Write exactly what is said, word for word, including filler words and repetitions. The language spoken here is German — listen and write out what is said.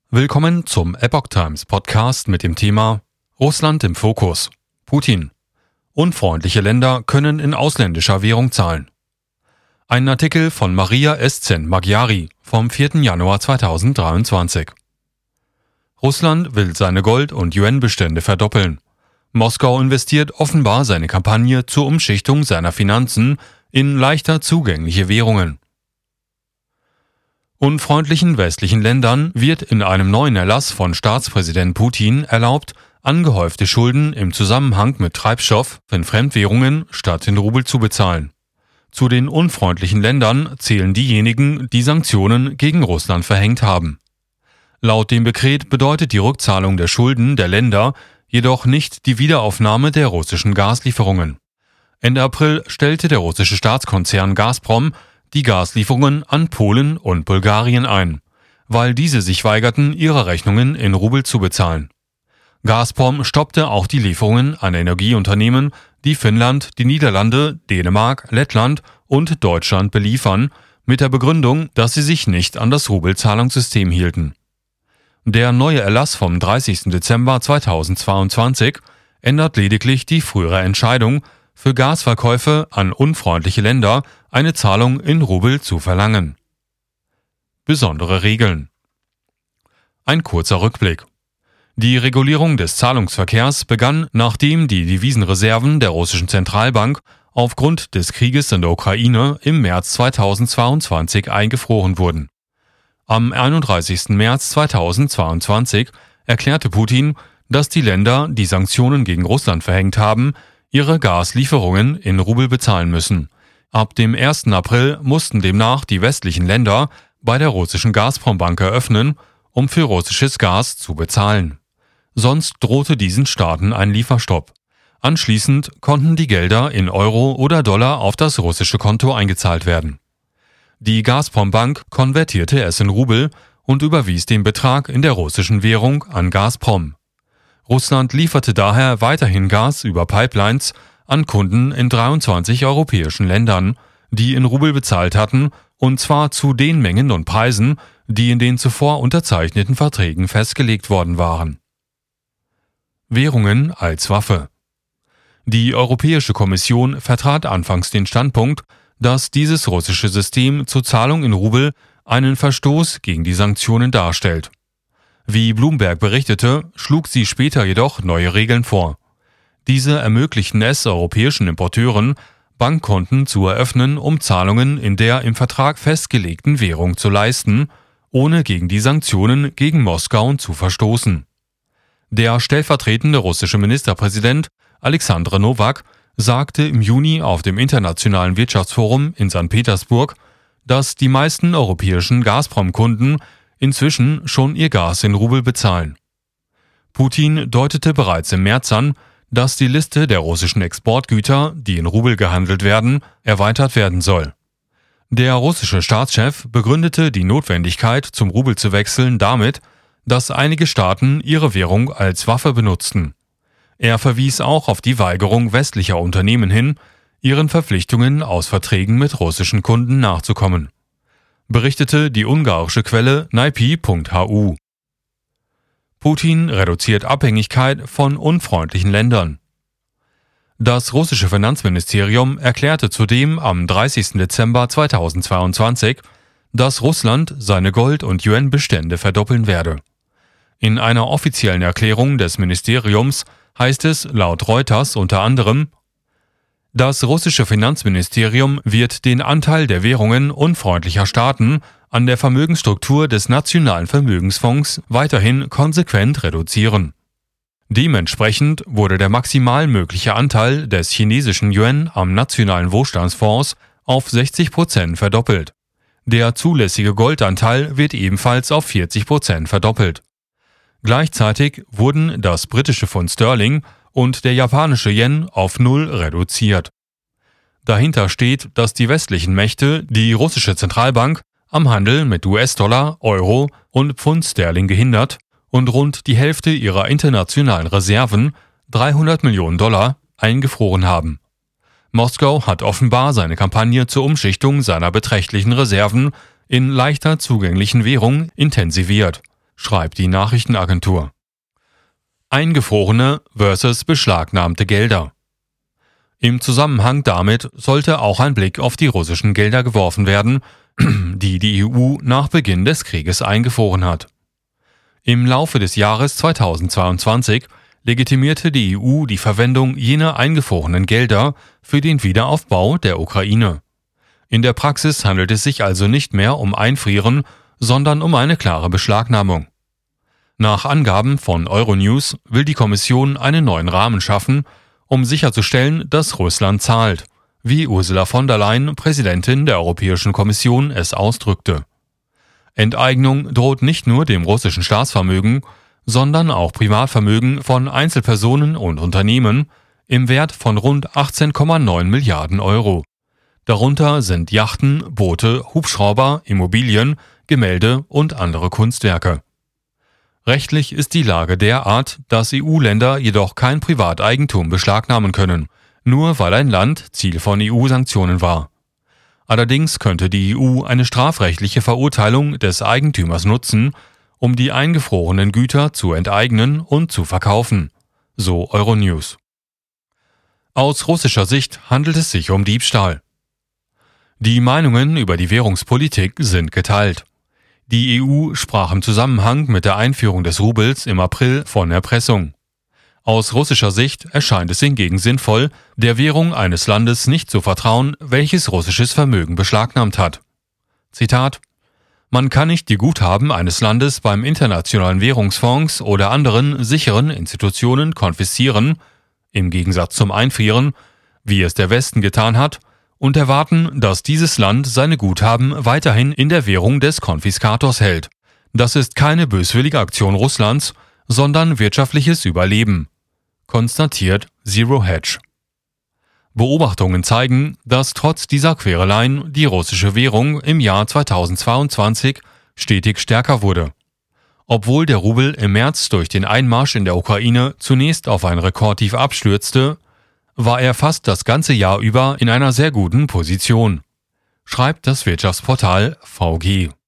Willkommen zum Epoch Times Podcast mit dem Thema Russland im Fokus. Putin. Unfreundliche Länder können in ausländischer Währung zahlen. Ein Artikel von Maria Eszen-Magyari vom vierten Januar zweitausenddreiundzwanzig. Russland will seine Gold- und Yuan-Bestände verdoppeln. Moskau investiert offenbar seine Kampagne zur Umschichtung seiner Finanzen in leichter zugängliche Währungen. Unfreundlichen westlichen Ländern wird in einem neuen Erlass von Staatspräsident Putin erlaubt, angehäufte Schulden im Zusammenhang mit Treibstoff in Fremdwährungen statt in Rubel zu bezahlen. Zu den unfreundlichen Ländern zählen diejenigen, die Sanktionen gegen Russland verhängt haben. Laut dem Dekret bedeutet die Rückzahlung der Schulden der Länder jedoch nicht die Wiederaufnahme der russischen Gaslieferungen. Ende April stellte der russische Staatskonzern Gazprom die Gaslieferungen an Polen und Bulgarien ein, weil diese sich weigerten, ihre Rechnungen in Rubel zu bezahlen. Gazprom stoppte auch die Lieferungen an Energieunternehmen, die Finnland, die Niederlande, Dänemark, Lettland und Deutschland beliefern, mit der Begründung, dass sie sich nicht an das Rubelzahlungssystem hielten. Der neue Erlass vom dreißigsten Dezember zweitausendzweiundzwanzig ändert lediglich die frühere Entscheidung, für Gasverkäufe an unfreundliche Länder eine Zahlung in Rubel zu verlangen. Besondere Regeln. Ein kurzer Rückblick. Die Regulierung des Zahlungsverkehrs begann, nachdem die Devisenreserven der russischen Zentralbank aufgrund des Krieges in der Ukraine im März zweitausendzweiundzwanzig eingefroren wurden. Am einunddreißigsten März zweitausendzweiundzwanzig erklärte Putin, dass die Länder, die Sanktionen gegen Russland verhängt haben, ihre Gaslieferungen in Rubel bezahlen müssen. Ab dem ersten April mussten demnach die westlichen Länder bei der russischen Gazprom-Bank eröffnen, um für russisches Gas zu bezahlen. Sonst drohte diesen Staaten ein Lieferstopp. Anschließend konnten die Gelder in Euro oder Dollar auf das russische Konto eingezahlt werden. Die Gazprom-Bank konvertierte es in Rubel und überwies den Betrag in der russischen Währung an Gazprom. Russland lieferte daher weiterhin Gas über Pipelines an Kunden in dreiundzwanzig europäischen Ländern, die in Rubel bezahlt hatten, und zwar zu den Mengen und Preisen, die in den zuvor unterzeichneten Verträgen festgelegt worden waren. Währungen als Waffe. Die Europäische Kommission vertrat anfangs den Standpunkt, dass dieses russische System zur Zahlung in Rubel einen Verstoß gegen die Sanktionen darstellt. Wie Bloomberg berichtete, schlug sie später jedoch neue Regeln vor. Diese ermöglichten es europäischen Importeuren, Bankkonten zu eröffnen, um Zahlungen in der im Vertrag festgelegten Währung zu leisten, ohne gegen die Sanktionen gegen Moskau zu verstoßen. Der stellvertretende russische Ministerpräsident Alexander Nowak sagte im Juni auf dem Internationalen Wirtschaftsforum in Sankt Petersburg, dass die meisten europäischen Gazprom-Kunden inzwischen schon ihr Gas in Rubel bezahlen. Putin deutete bereits im März an, dass die Liste der russischen Exportgüter, die in Rubel gehandelt werden, erweitert werden soll. Der russische Staatschef begründete die Notwendigkeit, zum Rubel zu wechseln, damit, dass einige Staaten ihre Währung als Waffe benutzten. Er verwies auch auf die Weigerung westlicher Unternehmen hin, ihren Verpflichtungen aus Verträgen mit russischen Kunden nachzukommen, berichtete die ungarische Quelle N I P Punkt H U. Putin reduziert Abhängigkeit von unfreundlichen Ländern. Das russische Finanzministerium erklärte zudem am dreißigsten Dezember zweitausendzweiundzwanzig, dass Russland seine Gold- und Yuan-Bestände verdoppeln werde. In einer offiziellen Erklärung des Ministeriums heißt es laut Reuters unter anderem: Das russische Finanzministerium wird den Anteil der Währungen unfreundlicher Staaten an der Vermögensstruktur des Nationalen Vermögensfonds weiterhin konsequent reduzieren. Dementsprechend wurde der maximal mögliche Anteil des chinesischen Yuan am Nationalen Wohlstandsfonds auf sechzig Prozent verdoppelt. Der zulässige Goldanteil wird ebenfalls auf vierzig Prozent verdoppelt. Gleichzeitig wurden das britische Pfund Sterling und der japanische Yen auf Null reduziert. Dahinter steht, dass die westlichen Mächte die russische Zentralbank am Handel mit U S-Dollar, Euro und Pfund Sterling gehindert und rund die Hälfte ihrer internationalen Reserven, dreihundert Millionen Dollar, eingefroren haben. Moskau hat offenbar seine Kampagne zur Umschichtung seiner beträchtlichen Reserven in leichter zugänglichen Währung intensiviert. schreibt die Nachrichtenagentur. Eingefrorene versus beschlagnahmte Gelder. Im Zusammenhang damit sollte auch ein Blick auf die russischen Gelder geworfen werden, die die E U nach Beginn des Krieges eingefroren hat. Im Laufe des Jahres zweitausendzweiundzwanzig legitimierte die E U die Verwendung jener eingefrorenen Gelder für den Wiederaufbau der Ukraine. In der Praxis handelt es sich also nicht mehr um Einfrieren, sondern um eine klare Beschlagnahmung. Nach Angaben von Euronews will die Kommission einen neuen Rahmen schaffen, um sicherzustellen, dass Russland zahlt, wie Ursula von der Leyen, Präsidentin der Europäischen Kommission, es ausdrückte. Enteignung droht nicht nur dem russischen Staatsvermögen, sondern auch Privatvermögen von Einzelpersonen und Unternehmen im Wert von rund achtzehn Komma neun Milliarden Euro. Darunter sind Yachten, Boote, Hubschrauber, Immobilien, Gemälde und andere Kunstwerke. Rechtlich ist die Lage derart, dass E U-Länder jedoch kein Privateigentum beschlagnahmen können, nur weil ein Land Ziel von E U-Sanktionen war. Allerdings könnte die E U eine strafrechtliche Verurteilung des Eigentümers nutzen, um die eingefrorenen Güter zu enteignen und zu verkaufen, so Euronews. Aus russischer Sicht handelt es sich um Diebstahl. Die Meinungen über die Währungspolitik sind geteilt. Die E U sprach im Zusammenhang mit der Einführung des Rubels im April von Erpressung. Aus russischer Sicht erscheint es hingegen sinnvoll, der Währung eines Landes nicht zu vertrauen, welches russisches Vermögen beschlagnahmt hat. Zitat: Man kann nicht die Guthaben eines Landes beim Internationalen Währungsfonds oder anderen sicheren Institutionen konfiszieren, im Gegensatz zum Einfrieren, wie es der Westen getan hat, und erwarten, dass dieses Land seine Guthaben weiterhin in der Währung des Konfiskators hält. Das ist keine böswillige Aktion Russlands, sondern wirtschaftliches Überleben, konstatiert Zero Hedge. Beobachtungen zeigen, dass trotz dieser Quereleien die russische Währung im Jahr zweitausendzweiundzwanzig stetig stärker wurde. Obwohl der Rubel im März durch den Einmarsch in der Ukraine zunächst auf ein Rekordtief abstürzte, war er fast das ganze Jahr über in einer sehr guten Position, schreibt das Wirtschaftsportal V G.